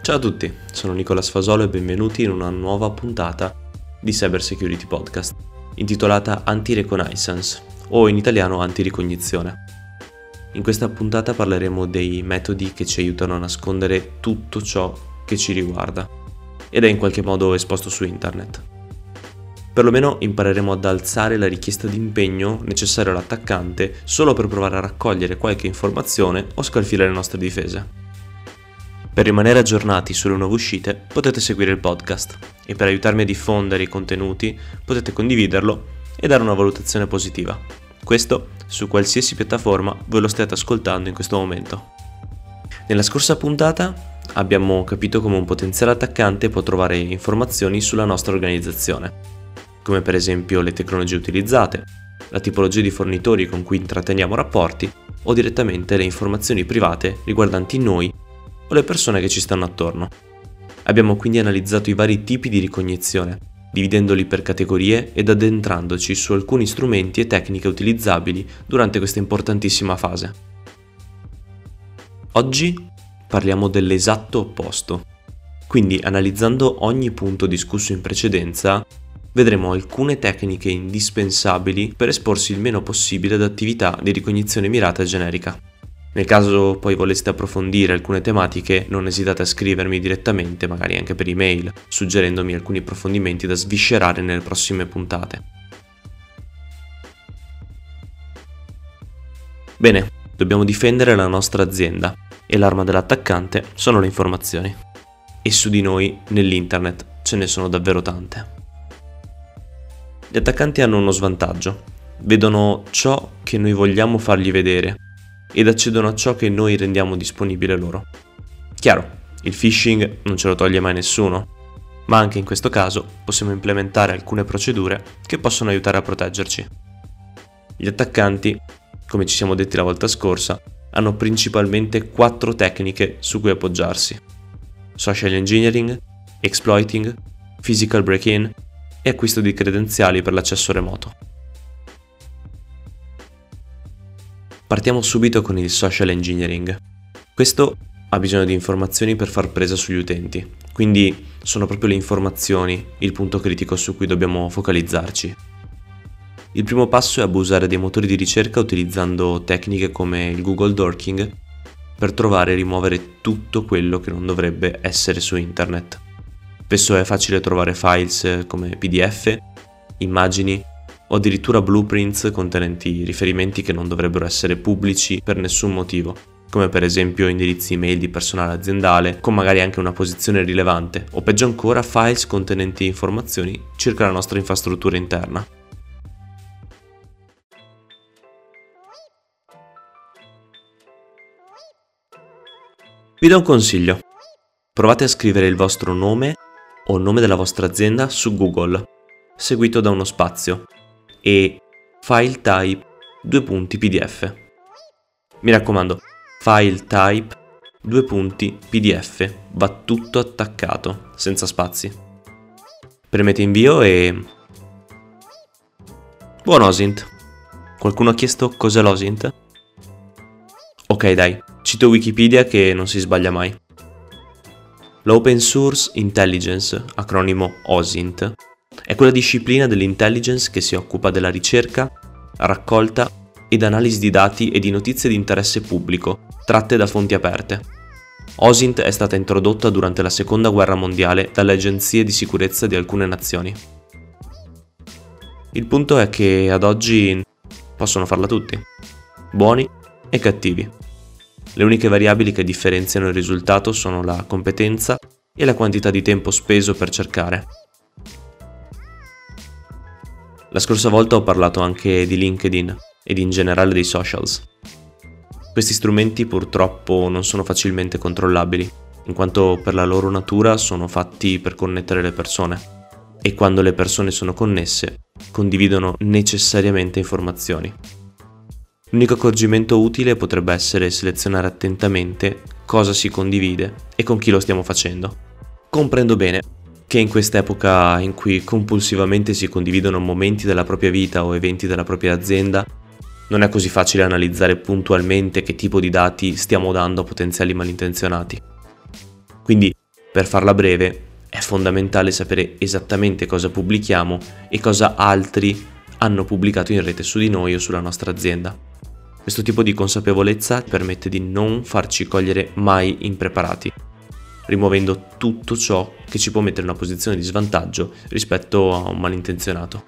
Ciao a tutti, sono Nicola Sfasolo e benvenuti in una nuova puntata di Cyber Security Podcast, intitolata Anti-Reconnaissance, o in italiano anti-ricognizione. In questa puntata parleremo dei metodi che ci aiutano a nascondere tutto ciò che ci riguarda ed è in qualche modo esposto su internet. Perlomeno impareremo ad alzare la richiesta di impegno necessaria all'attaccante solo per provare a raccogliere qualche informazione o scalfire le nostre difese. Per rimanere aggiornati sulle nuove uscite potete seguire il podcast e per aiutarmi a diffondere i contenuti potete condividerlo e dare una valutazione positiva. Questo su qualsiasi piattaforma voi lo stiate ascoltando in questo momento. Nella scorsa puntata abbiamo capito come un potenziale attaccante può trovare informazioni sulla nostra organizzazione, come per esempio le tecnologie utilizzate, la tipologia di fornitori con cui intratteniamo rapporti o direttamente le informazioni private riguardanti noi o le persone che ci stanno attorno. Abbiamo quindi analizzato i vari tipi di ricognizione, dividendoli per categorie ed addentrandoci su alcuni strumenti e tecniche utilizzabili durante questa importantissima fase. Oggi parliamo dell'esatto opposto, quindi analizzando ogni punto discusso in precedenza, vedremo alcune tecniche indispensabili per esporsi il meno possibile ad attività di ricognizione mirata e generica. Nel caso poi voleste approfondire alcune tematiche, non esitate a scrivermi direttamente, magari anche per email, suggerendomi alcuni approfondimenti da sviscerare nelle prossime puntate. Bene, dobbiamo difendere la nostra azienda e l'arma dell'attaccante sono le informazioni. E su di noi, nell'internet, ce ne sono davvero tante. Gli attaccanti hanno uno svantaggio: vedono ciò che noi vogliamo fargli vedere ed accedono a ciò che noi rendiamo disponibile loro. Chiaro, il phishing non ce lo toglie mai nessuno, ma anche in questo caso possiamo implementare alcune procedure che possono aiutare a proteggerci. Gli attaccanti, come ci siamo detti la volta scorsa, hanno principalmente 4 tecniche su cui appoggiarsi: social engineering, exploiting, physical break-in e acquisto di credenziali per l'accesso remoto. Partiamo subito con il social engineering. Questo ha bisogno di informazioni per far presa sugli utenti, quindi sono proprio le informazioni il punto critico su cui dobbiamo focalizzarci. Il primo passo è abusare dei motori di ricerca utilizzando tecniche come il Google Dorking per trovare e rimuovere tutto quello che non dovrebbe essere su internet. Spesso è facile trovare files come PDF, immagini o addirittura blueprints contenenti riferimenti che non dovrebbero essere pubblici per nessun motivo, come per esempio indirizzi email di personale aziendale con magari anche una posizione rilevante, o peggio ancora files contenenti informazioni circa la nostra infrastruttura interna. Vi do un consiglio: provate a scrivere il vostro nome o il nome della vostra azienda su Google, seguito da uno spazio e file type (PDF). Mi raccomando, file type (PDF) va tutto attaccato, senza spazi. Premete invio e... Buon OSINT! Qualcuno ha chiesto cos'è l'OSINT? Ok dai, cito Wikipedia che non si sbaglia mai. L'Open Source Intelligence, acronimo OSINT, è quella disciplina dell'intelligence che si occupa della ricerca, raccolta ed analisi di dati e di notizie di interesse pubblico, tratte da fonti aperte. OSINT è stata introdotta durante la Seconda Guerra Mondiale dalle agenzie di sicurezza di alcune nazioni. Il punto è che ad oggi possono farla tutti, buoni e cattivi. Le uniche variabili che differenziano il risultato sono la competenza e la quantità di tempo speso per cercare. La scorsa volta ho parlato anche di LinkedIn ed in generale dei socials. Questi strumenti purtroppo non sono facilmente controllabili, in quanto per la loro natura sono fatti per connettere le persone e quando le persone sono connesse condividono necessariamente informazioni. L'unico accorgimento utile potrebbe essere selezionare attentamente cosa si condivide e con chi lo stiamo facendo. Comprendo bene che in quest'epoca in cui compulsivamente si condividono momenti della propria vita o eventi della propria azienda, non è così facile analizzare puntualmente che tipo di dati stiamo dando a potenziali malintenzionati. Quindi Per farla breve, è fondamentale sapere esattamente cosa pubblichiamo e cosa altri hanno pubblicato in rete su di noi o sulla nostra azienda. Questo tipo di consapevolezza permette di non farci cogliere mai impreparati, rimuovendo tutto ciò che ci può mettere in una posizione di svantaggio rispetto a un malintenzionato.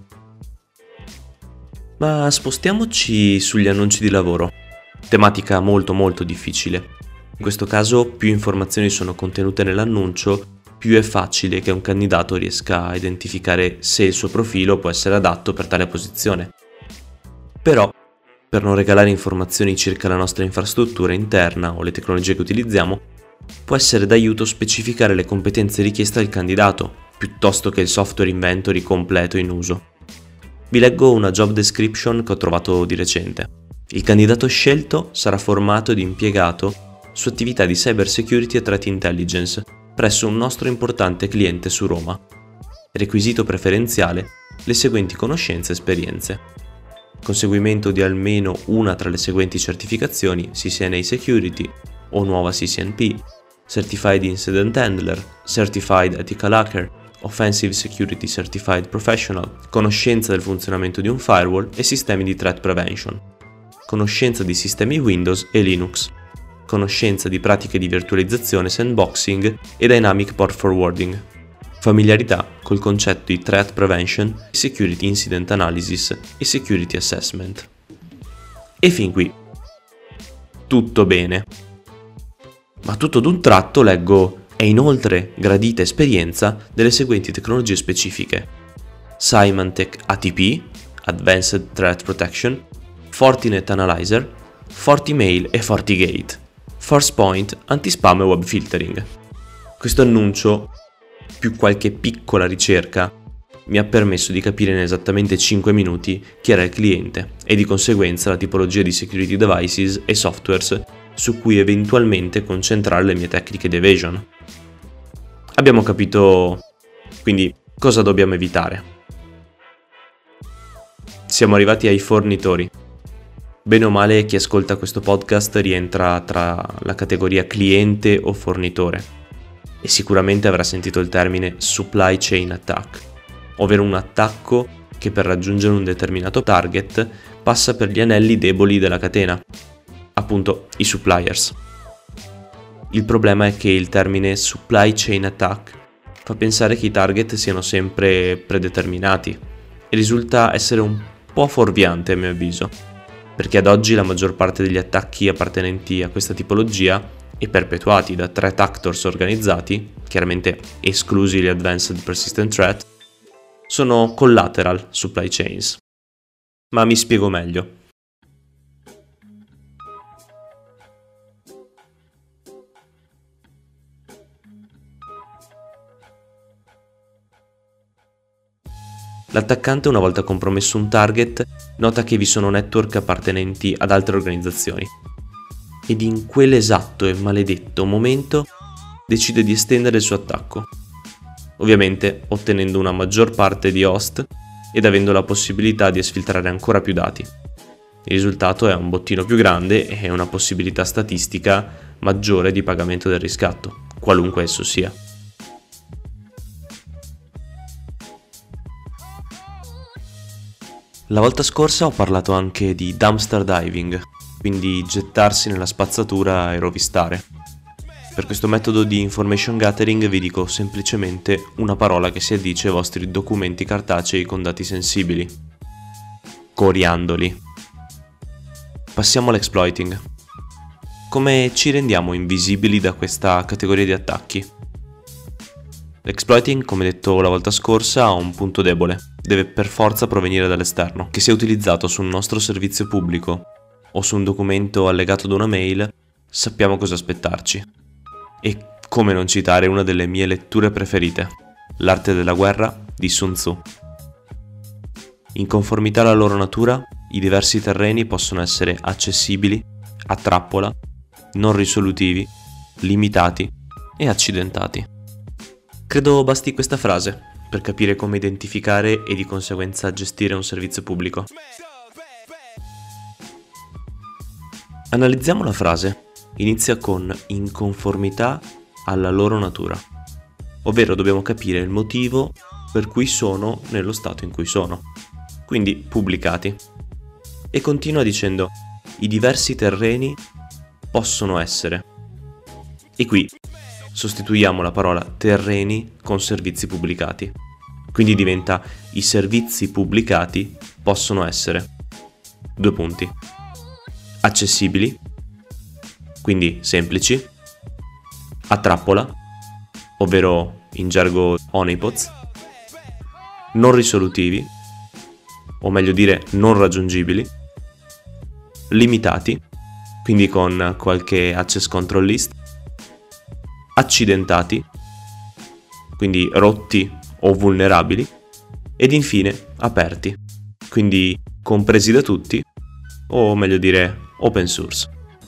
Ma spostiamoci sugli annunci di lavoro, tematica molto difficile. In questo caso più informazioni sono contenute nell'annuncio, più è facile che un candidato riesca a identificare se il suo profilo può essere adatto per tale posizione. Però, per non regalare informazioni circa la nostra infrastruttura interna o le tecnologie che utilizziamo, può essere d'aiuto specificare le competenze richieste al candidato, piuttosto che il software inventory completo in uso. Vi leggo una job description che ho trovato di recente. Il candidato scelto sarà formato ed impiegato su attività di cyber security e threat intelligence presso un nostro importante cliente su Roma. Requisito preferenziale: le seguenti conoscenze e esperienze. Conseguimento di almeno una tra le seguenti certificazioni: CCNA Security o nuova CCNP, Certified Incident Handler, Certified Ethical Hacker, Offensive Security Certified Professional, conoscenza del funzionamento di un firewall e sistemi di threat prevention, conoscenza di sistemi Windows e Linux, conoscenza di pratiche di virtualizzazione, sandboxing e dynamic port forwarding, familiarità col concetto di threat prevention, security incident analysis e security assessment. E fin qui tutto bene. Ma tutto d'un tratto leggo: è inoltre gradita esperienza delle seguenti tecnologie specifiche: Symantec ATP, Advanced Threat Protection, Fortinet Analyzer, FortiMail e FortiGate, Forcepoint, Anti-Spam e Web Filtering. Questo annuncio, più qualche piccola ricerca, mi ha permesso di capire in esattamente 5 minuti chi era il cliente e di conseguenza la tipologia di security devices e softwares su cui eventualmente concentrare le mie tecniche di evasion. Abbiamo capito quindi cosa dobbiamo evitare. Siamo arrivati ai fornitori. Bene o male, chi ascolta questo podcast rientra tra la categoria cliente o fornitore e sicuramente avrà sentito il termine supply chain attack, ovvero un attacco che per raggiungere un determinato target passa per gli anelli deboli della catena, appunto i suppliers. Il problema è che il termine supply chain attack fa pensare che i target siano sempre predeterminati e risulta essere un po' fuorviante a mio avviso, perché ad oggi la maggior parte degli attacchi appartenenti a questa tipologia e perpetuati da threat actors organizzati, chiaramente esclusi gli advanced persistent threat, sono collateral supply chains. Ma mi spiego meglio. L'attaccante, una volta compromesso un target, nota che vi sono network appartenenti ad altre organizzazioni ed in quell'esatto e maledetto momento decide di estendere il suo attacco, ovviamente ottenendo una maggior parte di host ed avendo la possibilità di esfiltrare ancora più dati. Il risultato è un bottino più grande e una possibilità statistica maggiore di pagamento del riscatto, qualunque esso sia. La volta scorsa ho parlato anche di dumpster diving, quindi gettarsi nella spazzatura e rovistare. Per questo metodo di information gathering vi dico semplicemente una parola che si addice ai vostri documenti cartacei con dati sensibili: coriandoli. Passiamo all'exploiting. Come ci rendiamo invisibili da questa categoria di attacchi? L'exploiting, come detto la volta scorsa, ha un punto debole. Deve per forza provenire dall'esterno. Che sia utilizzato su un nostro servizio pubblico o su un documento allegato ad una mail, sappiamo cosa aspettarci. E come non citare una delle mie letture preferite, L'arte della guerra di Sun Tzu. In conformità alla loro natura, i diversi terreni possono essere accessibili, a trappola, non risolutivi, limitati e accidentati. Credo basti questa frase per capire come identificare e di conseguenza gestire un servizio pubblico. Analizziamo la frase. Inizia con in conformità alla loro natura, ovvero dobbiamo capire il motivo per cui sono nello stato in cui sono, quindi pubblicati. E continua dicendo: i diversi terreni possono essere. E qui sostituiamo la parola terreni con servizi pubblicati. Quindi diventa: i servizi pubblicati possono essere. Due punti. Accessibili, quindi semplici. A trappola, ovvero in gergo honeypots. Non risolutivi, o meglio dire non raggiungibili. Limitati, quindi con qualche access control list. Accidentati, quindi rotti o vulnerabili. Ed infine aperti, quindi compresi da tutti, o meglio dire open source.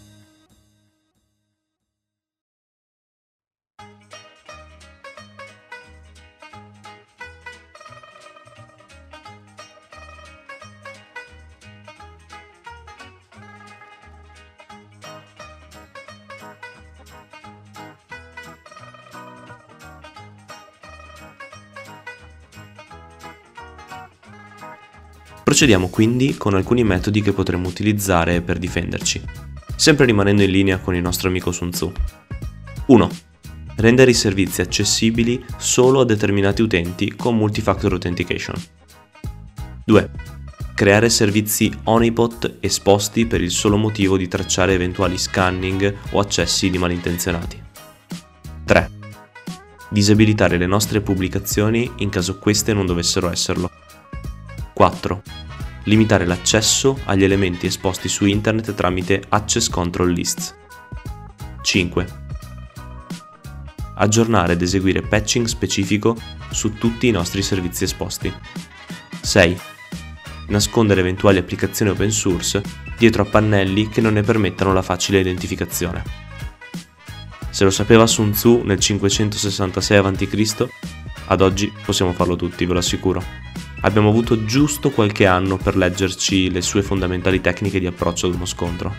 Procediamo quindi con alcuni metodi che potremmo utilizzare per difenderci, sempre rimanendo in linea con il nostro amico Sun Tzu. 1. Rendere i servizi accessibili solo a determinati utenti con multifactor authentication. 2. Creare servizi honeypot esposti per il solo motivo di tracciare eventuali scanning o accessi di malintenzionati. 3. Disabilitare le nostre pubblicazioni in caso queste non dovessero esserlo. 4. Limitare l'accesso agli elementi esposti su internet tramite access control lists. 5. Aggiornare ed eseguire patching specifico su tutti i nostri servizi esposti. 6. Nascondere eventuali applicazioni open source dietro a pannelli che non ne permettano la facile identificazione. Se lo sapeva Sun Tzu nel 566 a.C., ad oggi possiamo farlo tutti, ve lo assicuro. Abbiamo avuto giusto qualche anno per leggerci le sue fondamentali tecniche di approccio ad uno scontro.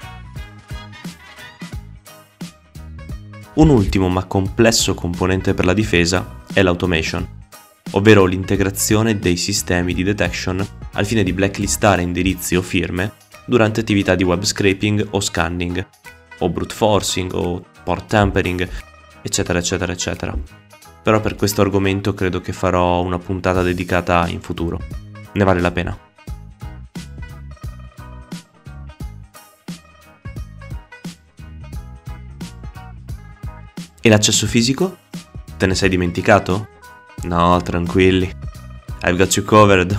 Un ultimo ma complesso componente per la difesa è l'automation, ovvero l'integrazione dei sistemi di detection al fine di blacklistare indirizzi o firme durante attività di web scraping o scanning, o brute forcing o port tampering, eccetera eccetera eccetera. Però per questo argomento credo che farò una puntata dedicata in futuro. Ne vale la pena. E l'accesso fisico? Te ne sei dimenticato? No, tranquilli. I've got you covered.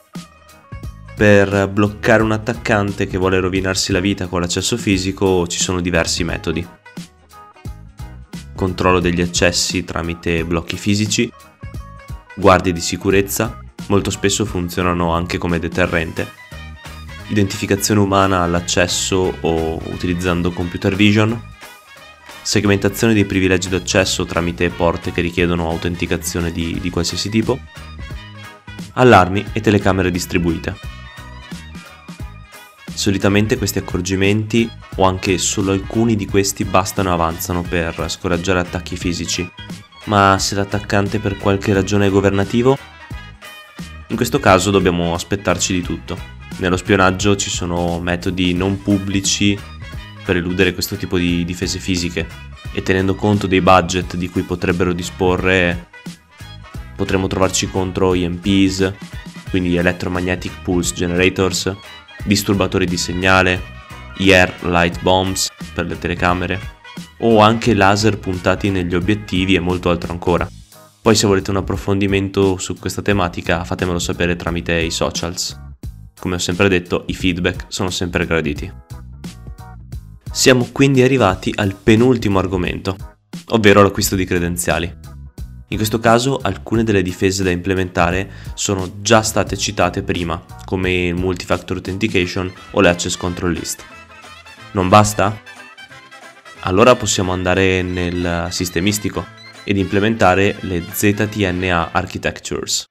Per bloccare un attaccante che vuole rovinarsi la vita con l'accesso fisico ci sono diversi metodi. Controllo degli accessi tramite blocchi fisici, guardie di sicurezza, molto spesso funzionano anche come deterrente, identificazione umana all'accesso o utilizzando computer vision, segmentazione dei privilegi d'accesso tramite porte che richiedono autenticazione di qualsiasi tipo, allarmi e telecamere distribuite. Solitamente questi accorgimenti, o anche solo alcuni di questi, bastano e avanzano per scoraggiare attacchi fisici. Ma se l'attaccante per qualche ragione è governativo? In questo caso dobbiamo aspettarci di tutto. Nello spionaggio ci sono metodi non pubblici per eludere questo tipo di difese fisiche, e tenendo conto dei budget di cui potrebbero disporre, potremmo trovarci contro EMPs, quindi Electromagnetic Pulse Generators, disturbatori di segnale, IR Light Bombs per le telecamere, o anche laser puntati negli obiettivi e molto altro ancora. Poi se volete un approfondimento su questa tematica fatemelo sapere tramite i socials. Come ho sempre detto, i feedback sono sempre graditi. Siamo quindi arrivati al penultimo argomento, ovvero l'acquisto di credenziali. In questo caso alcune delle difese da implementare sono già state citate prima, come il multifactor authentication o le access control list. Non basta? Allora possiamo andare nel sistemistico ed implementare le ZTNA architectures.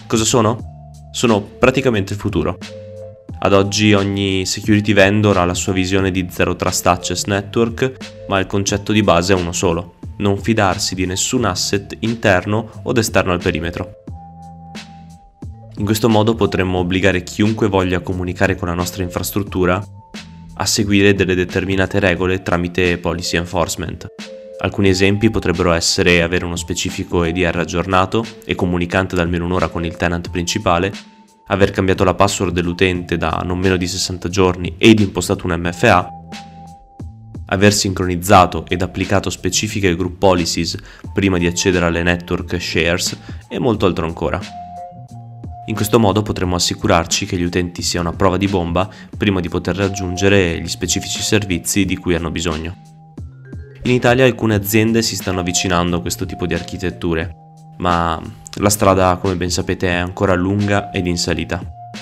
Cosa sono? Sono praticamente il futuro. Ad oggi ogni security vendor ha la sua visione di Zero Trust Access Network, ma il concetto di base è uno solo: non fidarsi di nessun asset interno o esterno al perimetro. In questo modo potremmo obbligare chiunque voglia comunicare con la nostra infrastruttura a seguire delle determinate regole tramite policy enforcement. Alcuni esempi potrebbero essere avere uno specifico EDR aggiornato e comunicante da almeno un'ora con il tenant principale, aver cambiato la password dell'utente da non meno di 60 giorni ed impostato un MFA, aver sincronizzato ed applicato specifiche group policies prima di accedere alle network shares e molto altro ancora. In questo modo potremo assicurarci che gli utenti siano a prova di bomba prima di poter raggiungere gli specifici servizi di cui hanno bisogno. In Italia alcune aziende si stanno avvicinando a questo tipo di architetture, ma la strada, come ben sapete, è ancora lunga ed in salita.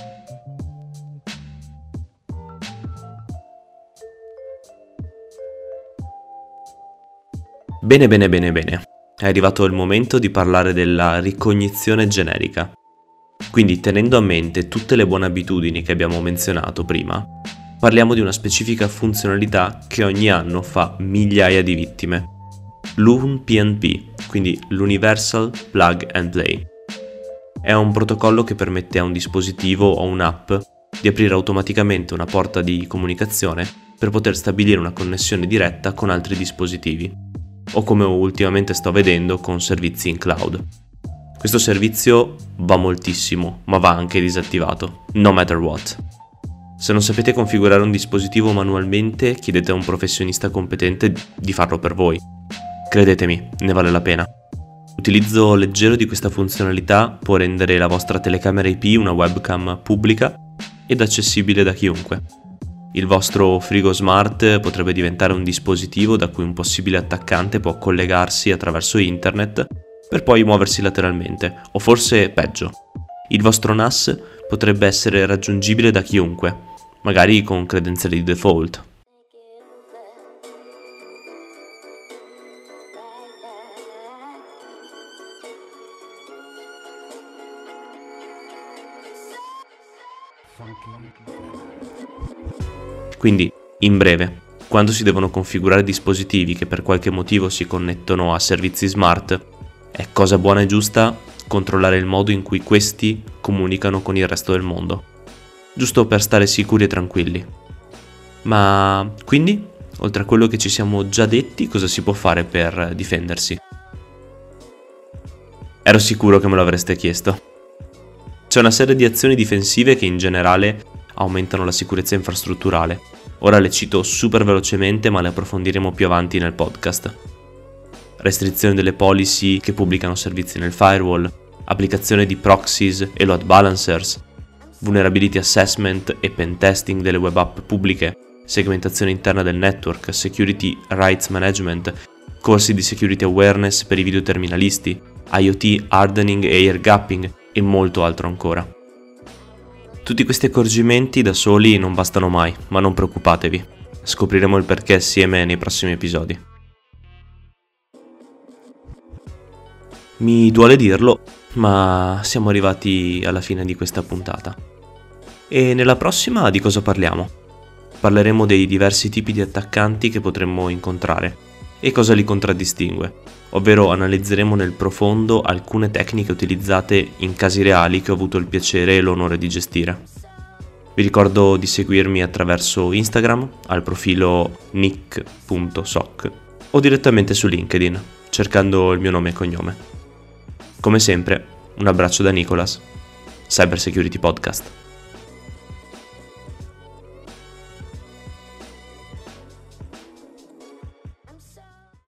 Bene. È arrivato il momento di parlare della ricognizione generica. Quindi, tenendo a mente tutte le buone abitudini che abbiamo menzionato prima, parliamo di una specifica funzionalità che ogni anno fa migliaia di vittime. L'UNPnP, quindi l'Universal Plug and Play. È un protocollo che permette a un dispositivo o un'app di aprire automaticamente una porta di comunicazione per poter stabilire una connessione diretta con altri dispositivi, o come ultimamente sto vedendo con servizi in cloud. Questo servizio va moltissimo, ma va anche disattivato, no matter what. Se non sapete configurare un dispositivo manualmente, chiedete a un professionista competente di farlo per voi. Credetemi, ne vale la pena. L'utilizzo leggero di questa funzionalità può rendere la vostra telecamera IP una webcam pubblica ed accessibile da chiunque. Il vostro frigo smart potrebbe diventare un dispositivo da cui un possibile attaccante può collegarsi attraverso internet per poi muoversi lateralmente, o forse peggio. Il vostro NAS potrebbe essere raggiungibile da chiunque, magari con credenziali di default. Quindi, in breve, quando si devono configurare dispositivi che per qualche motivo si connettono a servizi smart, è cosa buona e giusta controllare il modo in cui questi comunicano con il resto del mondo, giusto per stare sicuri e tranquilli. Ma quindi, oltre a quello che ci siamo già detti, cosa si può fare per difendersi? Ero sicuro che me lo avreste chiesto. C'è una serie di azioni difensive che in generale aumentano la sicurezza infrastrutturale. Ora le cito super velocemente, ma le approfondiremo più avanti nel podcast. Restrizione delle policy che pubblicano servizi nel firewall, applicazione di proxies e load balancers, vulnerability assessment e pen testing delle web app pubbliche, segmentazione interna del network, security rights management, corsi di security awareness per i videoterminalisti, IoT hardening e air gapping e molto altro ancora. Tutti questi accorgimenti da soli non bastano mai, ma non preoccupatevi, scopriremo il perché assieme nei prossimi episodi. Mi duole dirlo, ma siamo arrivati alla fine di questa puntata. E nella prossima di cosa parliamo? Parleremo dei diversi tipi di attaccanti che potremmo incontrare e cosa li contraddistingue, ovvero analizzeremo nel profondo alcune tecniche utilizzate in casi reali che ho avuto il piacere e l'onore di gestire. Vi ricordo di seguirmi attraverso Instagram al profilo nick.soc o direttamente su LinkedIn cercando il mio nome e cognome. Come sempre, un abbraccio da Nicolas, Cyber Security Podcast.